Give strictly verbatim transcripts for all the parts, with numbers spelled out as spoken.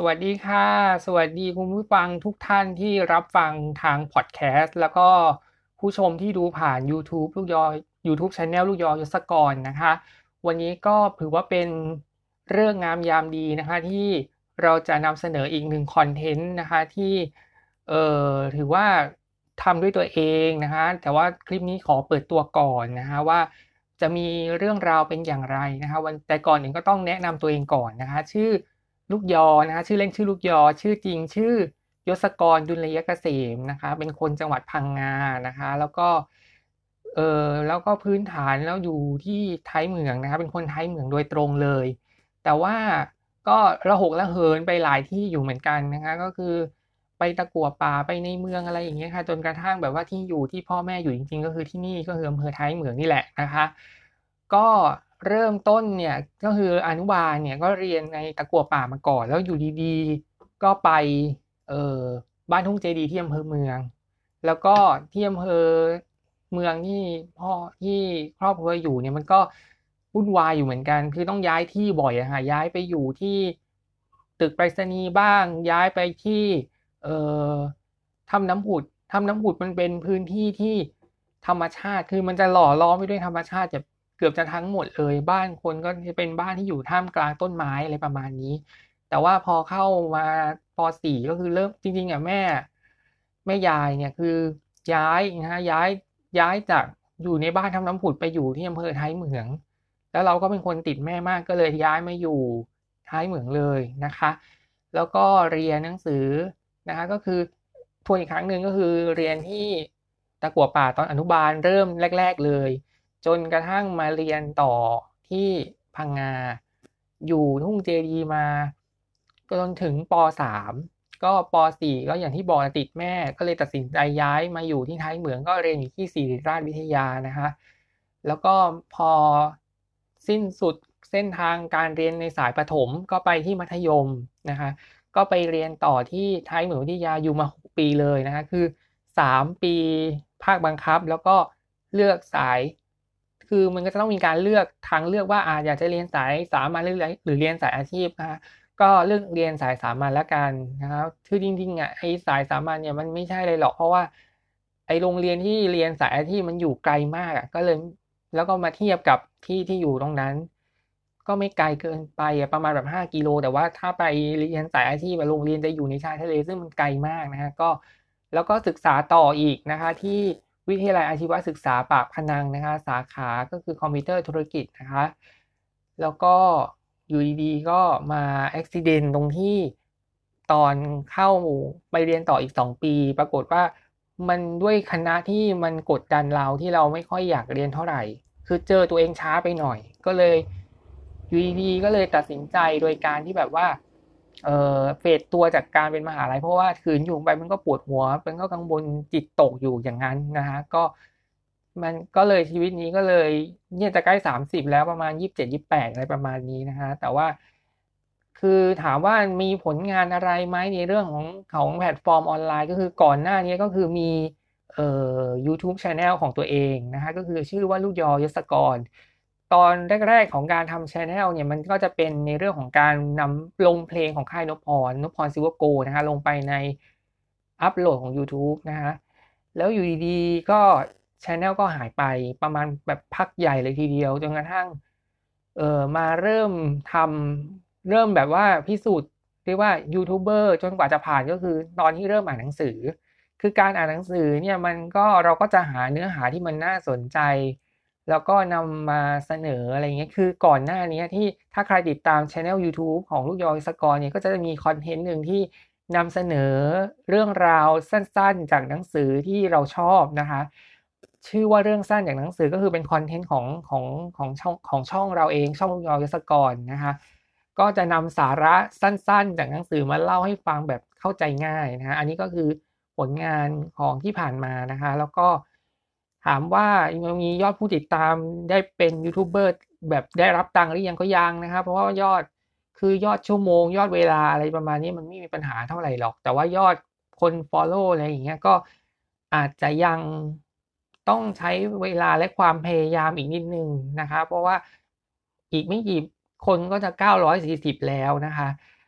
วัสดีค่ะสวัสดีคุณผู้ฟังทุกท่านที่รับฟังทางพอดแคสต์แล้วก็ผู้ชมที่ดูผ่านยูทูบลูกยอ YouTube Channel ลูกยอยศกรนะคะวันนี้ก็ถือว่าเป็นเรื่องงามยามดีนะคะที่เราจะนำเสนออีกหนึ่งคอนเทนต์นะคะที่เอ่อถือว่าทำด้วยตัวเองนะคะแต่ว่าคลิปนี้ขอเปิดตัวก่อนนะคะว่าจะมีเรื่องราวเป็นอย่างไรนะคะวันแต่ก่อนอื่นก็ต้องแนะนำตัวเองก่อนนะคะชื่อ ลูกยอนะคะชื่อเล่นชื่อลูกยอชื่อจริงชื่อยศกรดุลยเกษมนะคะเป็นคนจังหวัดพังงานะคะแล้วก็เออแล้วก็พื้นฐานแล้วอยู่ที่ท้ายเหมืองนะคะเป็นคนท้ายเหมืองโดยตรงเลยแต่ว่าก็ระหกระเหินไปหลายที่อยู่เหมือนกันนะคะก็คือไปตะกั่วป่าไปในเมืองอะไรอย่างเงี้ยค่ะจนกระทั่งแบบว่าที่อยู่ที่พ่อแม่อยู่จริงๆก็คือที่นี่ก็คืออำเภอท้ายเหมืองนี่แหละนะคะก็เริ่มต้นเนี่ยก็คืออนุบาลเนี่ยก็เรียนในตะกั่วป่ามาก่อนแล้วอยู่ดีๆก็ไปเอ่อบ้านทุ่งเจดีย์ที่อำเภอเมืองแล้วก็ที่อำเภอเมืองที่พ่อที่ครอบครัวอยู่เนี่ยมันก็วุ่นวายอยู่เหมือนกันคือต้องย้ายที่บ่อยอะค่ะย้ายไปอยู่ที่ตึกไปรษณีย์บ้างย้ายไปที่เอ่อถ้ำน้ำผุดถ้ำน้ำผุดมันเป็นพื้นที่ที่ธรรมชาติคือมันจะหล่อล้อมไปด้วยธรรมชาติแบบเกือบจะทั้งหมดเลยบ้านคนก็จะเป็นบ้านที่อยู่ท่ามกลางต้นไม้อะไรประมาณนี้แต่ว่าพอเข้ามาป .สี่ ก็คือเริ่มจริงๆอะแม่แม่ยายเนี่ยคือย้ายนะฮะย้ายย้ายจากอยู่ในบ้านถ้ำน้ำผุดไปอยู่ที่อำเภอท้ายเหมืองแล้วเราก็เป็นคนติดแม่มากก็เลยย้ายมาอยู่ท้ายเหมืองเลยนะคะแล้วก็เรียนหนังสือนะคะก็คือทวนอีกครั้งหนึ่งก็คือเรียนที่ตะกั่วป่าตอนอนุบาลเริ่มแรกๆเลย จนกระทั่งมาเรียนต่อที่พังงาอยู่ทุ่งเจดีย์มาจนถึงป .สาม ก็ป .สี่ ก็อย่างที่บอกติดแม่ก็เลยตัดสินใจย้ายมาอยู่ที่ท้ายเหมืองก็เรียนอยู่ที่ศิริราชวิทยานะคะแล้วก็พอสิ้นสุดเส้นทางการเรียนในสายประถมก็ไปที่มัธยมนะคะก็ไปเรียนต่อที่ท้ายเหมืองวิทยาอยู่มาหกปีเลยนะคะคือสามปีภาคบังคับแล้วก็เลือกสาย คือมันก็จะต้องมีการเลือกทางเลือกว่าอาอยากจะเรียนสายสามัญหรือหรือเรียนสายอาชีพนะคะก็เลือกเรียนสายสามัญแล้วกันนะครับคือจริงๆอ่ะไอ้สายสามัญเนี่ยมันไม่ใช่เลยหรอกเพราะว่าไอ้โรงเรียนที่เรียนสายอาชีพมันอยู่ไกลมากอ่ะก็เลยแล้วก็มาเทียบกับที่ที่อยู่ตรงนั้นก็ไม่ไกลเกินไปอ่ะประมาณแบบห้ากิโลแต่ว่าถ้าไปเรียนสายอาชีพอะโรงเรียนจะอยู่ในชายทะเลซึ่งมันไกลมากนะฮะก็แล้วก็ศึกษาต่ออีกนะคะที่ วิทยาลัยอาชีวศึกษาปากพนังนะคะสาขาก็คือคอมพิวเตอร์ธุรกิจนะคะแล้วก็อยู่ดีๆก็มาอุบิเหตุตรงที่ตอนเข้าไปเรียนต่ออีกสองปีปรากฏว่ามันด้วยคณะที่มันกดดันเราที่เราไม่ค่อยอยากเรียนเท่าไหร่คือเจอตัวเองช้าไปหน่อยก็เลยอยู่ดีๆก็เลยตัดสินใจโดยการที่แบบว่า เอ่อเฟดตัวจากการเป็นมหาลัยเพราะว่าขืนอยู่ไปมันก็ปวดหัวมันก็กังวลจิตตกอยู่อย่างนั้นนะฮะก็มันก็เลยชีวิตนี้ก็เลยเนี่ยจะใกล้สามสิบแล้วประมาณยี่สิบเจ็ดยี่สิบแปดอะไรประมาณนี้นะฮะแต่ว่าคือถามว่ามีผลงานอะไรไหมในเรื่องของของแพลตฟอร์มออนไลน์ก็คือก่อนหน้านี้ก็คือมีเอ่อ YouTube Channel ของตัวเองนะฮะก็คือชื่อว่าลูกยอยศกร ตอนแรกๆของการทำ Channel เนี่ยมันก็จะเป็นในเรื่องของการนำลงเพลงของค่ายนพพรนพพรซิลเวอร์โกลด์นะฮะลงไปในอัปโหลดของ YouTube นะฮะแล้วอยู่ดีๆก็ Channel ก็หายไปประมาณแบบพักใหญ่เลยทีเดียวจนกระทั่งเอ่อมาเริ่มทำเริ่มแบบว่าพิสูจน์เรียกว่ายูทูบเบอร์จนกว่าจะผ่านก็คือตอนที่เริ่มอ่านหนังสือคือการอ่านหนังสือเนี่ยมันก็เราก็จะหาเนื้อหาที่มันน่าสนใจ แล้วก็นำมาเสนออะไรเงี้ยคือก่อนหน้านี้ที่ถ้าใครติดตาม channel ยูทูบของลูกยอ Score เนี่ยก็จะมีคอนเทนต์หนึ่งที่นำเสนอเรื่องราวสั้นๆจากหนังสือที่เราชอบนะคะชื่อว่าเรื่องสั้นจากหนังสือก็คือเป็นคอนเทนต์ของของของช่องของช่องเราเองช่องลูกยอ Score นะคะก็จะนำสาระสั้นๆจากหนังสือมาเล่าให้ฟังแบบเข้าใจง่ายนะคะอันนี้ก็คือผลงานของที่ผ่านมานะคะแล้วก็ ถามว่ายังมียอดผู้ติดตามได้เป็นยูทูบเบอร์แบบได้รับตังค์หรือยังก็ยังนะครับเพราะว่ายอดคือยอดชั่วโมงยอดเวลาอะไรประมาณนี้มันไม่มีปัญหาเท่าไหร่หรอกแต่ว่ายอดคนฟอลโล่อะไรอย่างเงี้ยก็อาจจะยังต้องใช้เวลาและความพยายามอีกนิดนึงนะคะเพราะว่าอีกไม่กี่คนก็จะเก้าร้อยสี่สิบแล้วนะคะ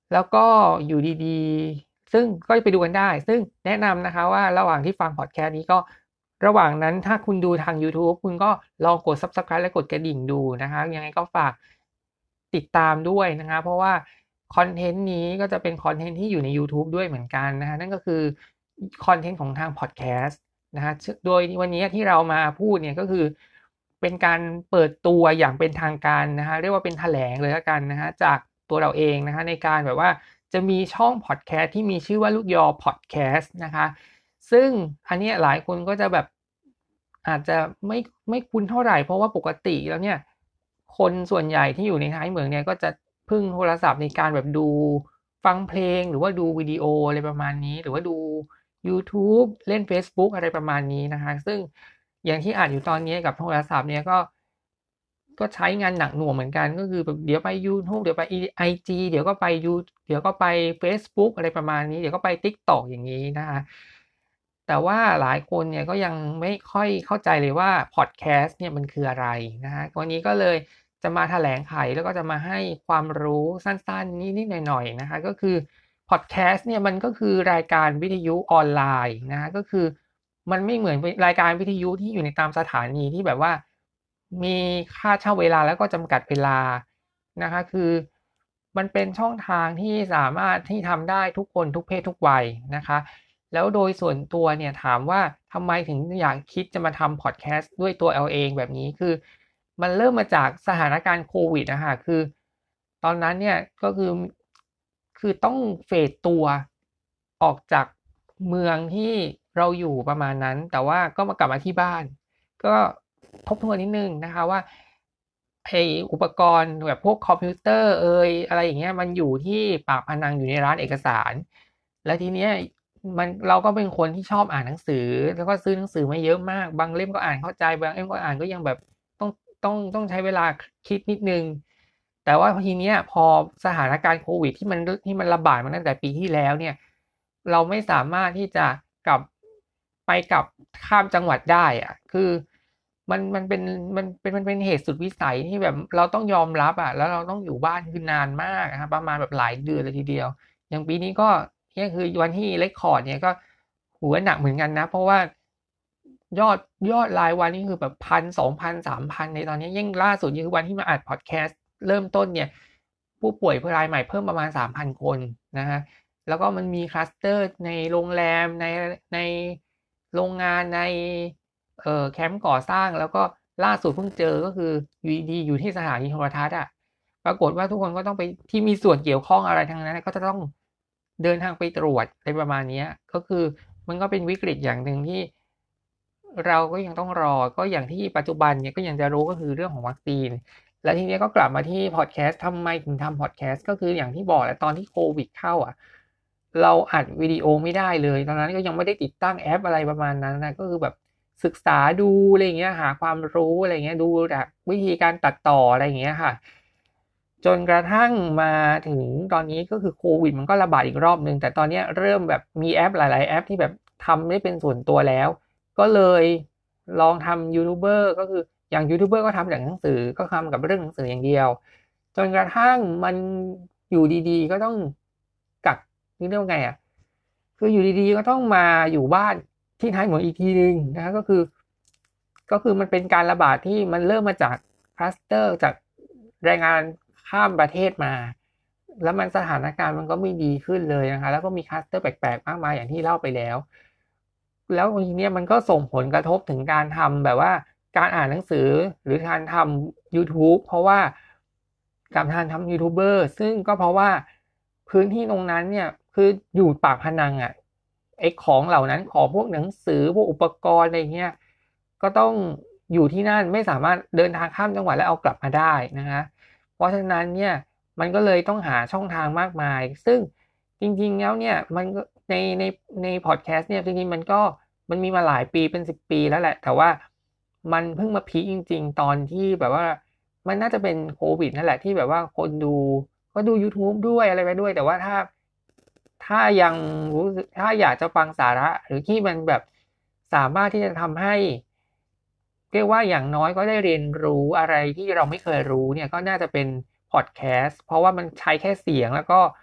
แล้วก็อยู่ดีๆซึ่งก็ไปดูกันได้ซึ่งแนะนำนะคะว่าระหว่างที่ฟังพอดแคสต์นี้ก็ระหว่างนั้นถ้าคุณดูทาง YouTube คุณก็ลองกด Subscribe และกดกระดิ่งดูนะคะยังไงก็ฝากติดตามด้วยนะคะเพราะว่าคอนเทนต์นี้ก็จะเป็นคอนเทนต์ที่อยู่ใน YouTube ด้วยเหมือนกันนะคะนั่นก็คือคอนเทนต์ของทางพอดแคสต์นะคะโดยวันนี้ที่เรามาพูดเนี่ยก็คือเป็นการเปิดตัวอย่างเป็นทางการนะคะเรียกว่าเป็นแถลงเลยแล้วกันนะคะจากตัวเราเองนะคะในการแบบว่าจะมีช่องพอดแคสต์ที่มีชื่อว่าลูกยอพอดแคสต์นะคะซึ่งอันนี้หลายคนก็จะแบบอาจจะไม่ไม่คุ้นเท่าไหร่เพราะว่าปกติแล้วเนี่ยคนส่วนใหญ่ที่อยู่ในท้ายเหมืองเนี่ยก็จะพึ่งโทรศัพท์ในการแบบดูฟังเพลงหรือว่าดูวิดีโออะไรประมาณนี้หรือว่าดู YouTube เล่นเฟซบุ๊กอะไรประมาณนี้นะคะซึ่งอย่างที่อ่านอยู่ตอนนี้กับโทรศัพท์เนี่ยก็ก็ใช้งานหนักหน่วงเหมือนกันก็คือแบบเดี๋ยวไป YouTube เดี๋ยวไป ไอ จี เดี๋ยวก็ไปยูเดี๋ยวก็ไปเฟซบุ๊กอะไรประมาณนี้เดี๋ยวก็ไป TikTok อย่างงี้นะคะแต่ว่าหลายคนเนี่ยก็ยังไม่ค่อยเข้าใจเลยว่าพอดแคสต์เนี่ยมันคืออะไรนะคะวันนี้ก็เลยจะมาแถลงไขแล้วก็จะมาให้ความรู้สั้นๆนิดๆหน่อยๆนะคะก็คือพอดแคสต์เนี่ยมันก็คือรายการวิทยุออนไลน์นะคะก็คือมันไม่เหมือนรายการวิทยุที่อยู่ในตามสถานีที่แบบว่ามีค่าเช่าเวลาแล้วก็จำกัดเวลานะคะคือมันเป็นช่องทางที่สามารถที่ทำได้ทุกคนทุกเพศทุกวัยนะคะแล้วโดยส่วนตัวเนี่ยถามว่าทำไมถึงอยากคิดจะมาทำพอดแคสต์ด้วยตัวเราเองแบบนี้คือมันเริ่มมาจากสถานการณ์โควิดอะค่ะคือตอนนั้นเนี่ยก็คือคือต้องเฟดตัวออกจากเมืองที่เราอยู่ประมาณนั้นแต่ว่าก็มากลับมาที่บ้านก็ทบทวนนิดนึงนะคะว่าไออุปกรณ์แบบพวกคอมพิวเตอร์เอยอะไรอย่างเงี้ยมันอยู่ที่ปากพนังอยู่ในร้านเอกสารแล้วทีเนี้ยมันเราก็เป็นคนที่ชอบอ่านหนังสือแล้วก็ซื้อหนังสือมาเยอะมากบางเล่มก็อ่านเข้าใจบางเล่มก็อ่านก็ยังแบบต้องต้องต้องใช้เวลาคิดนิดนึงแต่ว่าทีเนี้ยพอสถานการณ์โควิดที่มันที่มันระบาดมาตั้งแต่ปีที่แล้วเนี่ยเราไม่สามารถที่จะกลับไปกลับข้ามจังหวัดได้อะคือมันมันเป็นมันเป็นมันเป็นเหตุสุดวิสัยที่แบบเราต้องยอมรับอะแล้วเราต้องอยู่บ้านคือนานมากนะครับประมาณแบบหลายเดือนเลยทีเดียวอย่างปีนี้ก็เนี่ยคือวันที่เรคคอร์ดเนี่ยก็โหัวหนักเหมือนกันนะเพราะว่ายอดยอดรายวันนี่คือแบบพันสองพันสามพันในตอนนี้ยิ่งล่าสุดนี่คือวันที่มาอัดพอดแคสต์เริ่มต้นเนี่ยผู้ป่วยรายใหม่เพิ่มประมาณสามพันคนนะฮะแล้วก็มันมีคลัสเตอร์ในโรงแรมในในโรงงานในเอ่อแคมป์ก่อสร้างแล้วก็ล่าสุดเพิ่งเจอก็คืออยู่ดีๆอยู่ที่สถานีโทรทัศน์อะปรากฏว่าทุกคนก็ต้องไปที่มีส่วนเกี่ยวข้องอะไรทั้งนั้นก็จะต้องเดินทางไปตรวจอะไรประมาณนี้ก็คือมันก็เป็นวิกฤตอย่างหนึ่งที่เราก็ยังต้องรอก็อย่างที่ปัจจุบันเนี่ยก็ยังจะรู้ก็คือเรื่องของวัคซีนและทีนี้ก็กลับมาที่พอดแคสต์ทำไมถึงทำพอดแคสต์ก็คืออย่างที่บอกแหละตอนที่โควิดเข้าอ่ะเราอัดวิดีโอไม่ได้เลยตอนนั้นก็ยังไม่ได้ติดตั้งแอปอะไรประมาณนั้นนะก็คือแบบศึกษาดูอะไรเงี้ยหาความรู้อะไรเงี้ยดูจากวิธีการตัดต่ออะไรอย่างเงี้ยค่ะจนกระทั่งมาถึงตอนนี้ก็คือโควิดมันก็ระบาดอีกรอบนึงแต่ตอนนี้เริ่มแบบมีแอปหลายๆแอปที่แบบทำได้เป็นส่วนตัวแล้วก็เลยลองทำยูทูบเบอร์ก็คืออย่างยูทูบเบอร์ก็ทำจากหนังสือก็ทำกับเรื่องหนังสืออย่างเดียวจนกระทั่งมันอยู่ดีๆก็ต้องกักนี่เรียกว่าไงอ่ะคืออยู่ดีๆก็ต้องมาอยู่บ้านที่ท้ายเหมืองอีกทีนึงนะก็คือก็คือมันเป็นการระบาดที่มันเริ่มมาจากคลัสเตอร์จากแรงงานข้ามประเทศมาแล้วมันสถานการณ์มันก็ไม่ดีขึ้นเลยนะคะแล้วก็มีคลัสเตอร์แปลกๆมากมายอย่างที่เล่าไปแล้วแล้วทีเนี้ยมันก็ส่งผลกระทบถึงการทำแบบว่าการอ่านหนังสือหรือการทำ YouTube เพราะว่าการทำทำยูทูบเบอร์ซึ่งก็เพราะว่าพื้นที่ตรงนั้นเนี่ยคืออยู่ปากพนังอ่ะไอ้ของเหล่านั้นของพวกหนังสือพวกอุปกรณ์อะไรเงี้ยก็ต้องอยู่ที่นั่นไม่สามารถเดินทางข้ามจังหวัดแล้วเอากลับมาได้นะคะเพราะฉะนั้นเนี่ยมันก็เลยต้องหาช่องทางมากมายซึ่งจริงๆแล้วเนี่ยมันก็ในในในพอดแคสต์เนี่ยจริงๆมันก็มันมีมาหลายปีเป็นสิบปีแล้วแหละแต่ว่ามันเพิ่งมาพีคจริงๆตอนที่แบบว่ามันน่าจะเป็นโควิดนั่นแหละที่แบบว่าคนดูก็ดู YouTube ด้วยอะไรไปด้วยแต่ว่าถ้าถ้ายังรู้สึกถ้าอยากจะฟังสาระหรือที่มันแบบสามารถที่จะทำให้เรียกว่าอย่างน้อยก็ได้เรียนรู้อะไรที่เราไม่เคยรู้เนี่ยก็น่าจะเป็นพอดแคสต์เพราะว่ามันใช้แค่เสียงแล้วก็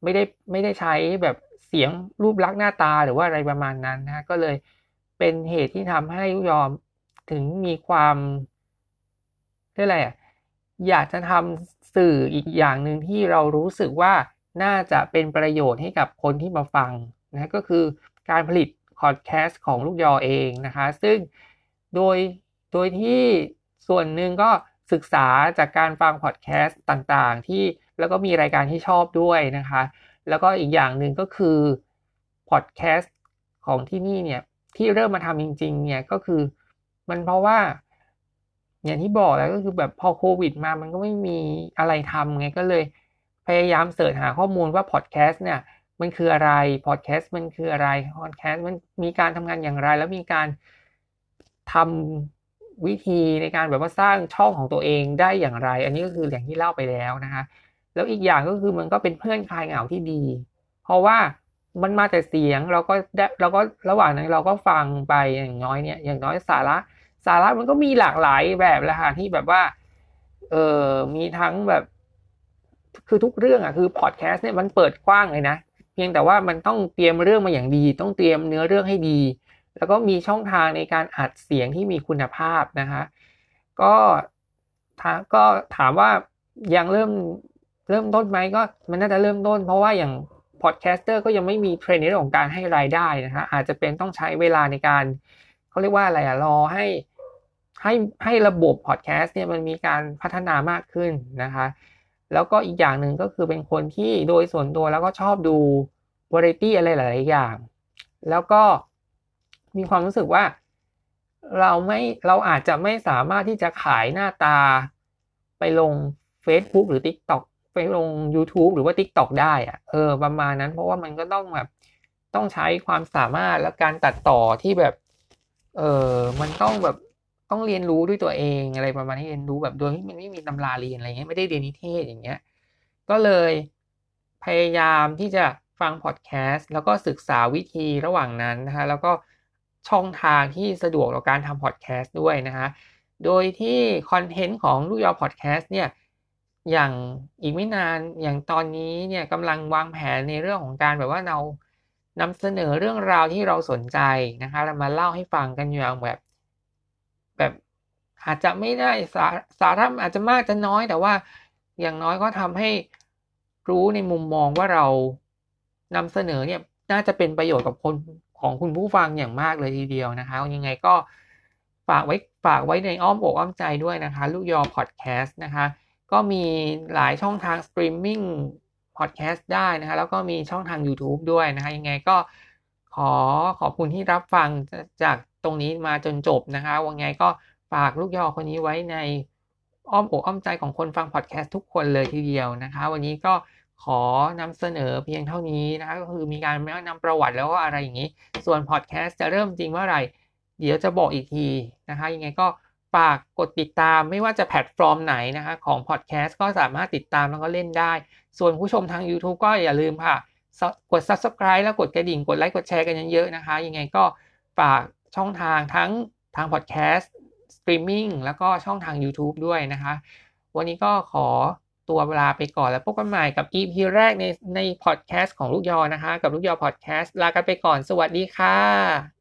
ไม่ได้ไม่ได้ใช้แบบเสียงรูปลักษณ์หน้าตาหรือว่าอะไรประมาณนั้นนะก็เลยเป็นเหตุที่ทำให้ลูกยอถึงมีความเรียกอะไรอ่ะอยากจะทำสื่ออีกอย่างหนึ่งที่เรารู้สึกว่าน่าจะเป็นประโยชน์ให้กับคนที่มาฟังนะก็คือการผลิตพอดแคสต์ของลูกยอเองนะคะซึ่งโดยโดยที่ส่วนหนึ่งก็ศึกษาจากการฟังพอดแคสต์ต่างๆที่แล้วก็มีรายการที่ชอบด้วยนะคะแล้วก็อีกอย่างหนึ่งก็คือพอดแคสต์ของที่นี่เนี่ยที่เริ่มมาทำจริงๆเนี่ยก็คือมันเพราะว่าอย่างที่บอกแล้วก็คือแบบพอโควิดมามันก็ไม่มีอะไรทำไงก็เลยพยายามเสิร์ชหาข้อมูลว่าพอดแคสต์เนี่ยมันคืออะไรพอดแคสต์มันคืออะไรพอดแคสต์มันมีการทำงานอย่างไรแล้วมีการทำวิธีในการแบบว่าสร้างช่องของตัวเองได้อย่างไรอันนี้ก็คืออย่างที่เล่าไปแล้วนะคะแล้วอีกอย่างก็คือมันก็เป็นเพื่อนคลายเหงาที่ดีเพราะว่ามันมาแต่เสียงเราก็ได้เราก็ระหว่างนั้นเราก็ฟังไปอย่างน้อยเนี่ยอย่างน้อยสาระสาระมันก็มีหลากหลายแบบแหละค่ะที่แบบว่าเออมีทั้งแบบคือทุกเรื่องอ่ะคือพอดแคสต์เนี่ยมันเปิดกว้างเลยนะเพียงแต่ว่ามันต้องเตรียมเรื่องมาอย่างดีต้องเตรียมเนื้อเรื่องให้ดีแล้วก็มีช่องทางในการอัดเสียงที่มีคุณภาพนะคะก็ถามก็ถามว่ายังเริ่มเริ่มต้นไหมก็มันน่าจะเริ่มต้นเพราะว่าอย่างพอดแคสเตอร์ก็ยังไม่มีเทรนด์ในเรื่องของการให้รายได้นะคะอาจจะเป็นต้องใช้เวลาในการเขาเรียกว่าอะไรอะรอให้ให้ให้ระบบพอดแคสต์เนี่ยมันมีการพัฒนามากขึ้นนะคะแล้วก็อีกอย่างหนึ่งก็คือเป็นคนที่โดยส่วนตัวแล้วก็ชอบดูวาไรตี้อะไรหลายๆอย่างแล้วก็มีความรู้สึกว่าเราไม่เราอาจจะไม่สามารถที่จะขายหน้าตาไปลง Facebook หรือ TikTok ไปลง YouTube หรือว่า TikTok ได้อะเออประมาณนั้นเพราะว่ามันก็ต้องแบบต้องใช้ความสามารถและการตัดต่อที่แบบเออมันต้องแบบต้องเรียนรู้ด้วยตัวเองอะไรประมาณนี้เรียนรู้แบบโดยที่มันไม่มีตำราเรียนอะไรเงี้ยไม่ได้เรียนนิเทศอย่างเงี้ยก็เลยพยายามที่จะฟังพอดแคสต์แล้วก็ศึกษาวิธีระหว่างนั้นนะคะแล้วก็ช่องทางที่สะดวกต่อการทำพอดแคสต์ด้วยนะคะโดยที่คอนเทนต์ของลูกยอพอดแคสต์เนี่ยอย่างอีกไม่นานอย่างตอนนี้เนี่ยกำลังวางแผนในเรื่องของการแบบว่าเรานำเสนอเรื่องราวที่เราสนใจนะคะเรามาเล่าให้ฟังกันอย่างแบบแบบอาจจะไม่ได้สาสาระอาจจะมากจะน้อยแต่ว่าอย่างน้อยก็ทำให้รู้ในมุมมองว่าเรานำเสนอเนี่ยน่าจะเป็นประโยชน์กับคนของคุณผู้ฟังอย่างมากเลยทีเดียวนะคะยังไงก็ฝากไว้ฝากไว้ในอ้อมอกอ้อมใจด้วยนะคะลูกยอพอดแคสต์นะคะก็มีหลายช่องทางสตรีมมิ่งพอดแคสต์ได้นะคะแล้วก็มีช่องทาง YouTube ด้วยนะคะยังไงก็ขอขอบคุณที่รับฟังจากตรงนี้มาจนจบนะคะยังไงก็ฝากลูกยอคนนี้ไว้ในอ้อมอกอ้อมใจของคนฟังพอดแคสต์ทุกคนเลยทีเดียวนะคะวันนี้ก็ขอนำเสนอเพียงเท่านี้นะคะก็คือมีการแนะนำประวัติแล้วก็อะไรอย่างนี้ส่วนพอดแคสต์จะเริ่มจริงเมื่อไหร่เดี๋ยวจะบอกอีกทีนะคะยังไงก็ฝากกดติดตามไม่ว่าจะแพลตฟอร์มไหนนะคะของพอดแคสต์ก็สามารถติดตามแล้วก็เล่นได้ส่วนผู้ชมทาง YouTube ก็อย่าลืมค่ะกด Subscribe แล้วกดกระดิ่งกดไลค์กดแชร์กันเยอะๆนะคะยังไงก็ฝากช่องทางทั้งทางพอดแคสต์สตรีมมิ่งแล้วก็ช่องทาง YouTube ด้วยนะคะวันนี้ก็ขอตัวลาไปก่อนแล้วพบกันใหม่กับ อี พี แรกในในพอดแคสต์ของลูกยอนะคะกับลูกยอพอดแคสต์ลากันไปก่อนสวัสดีค่ะ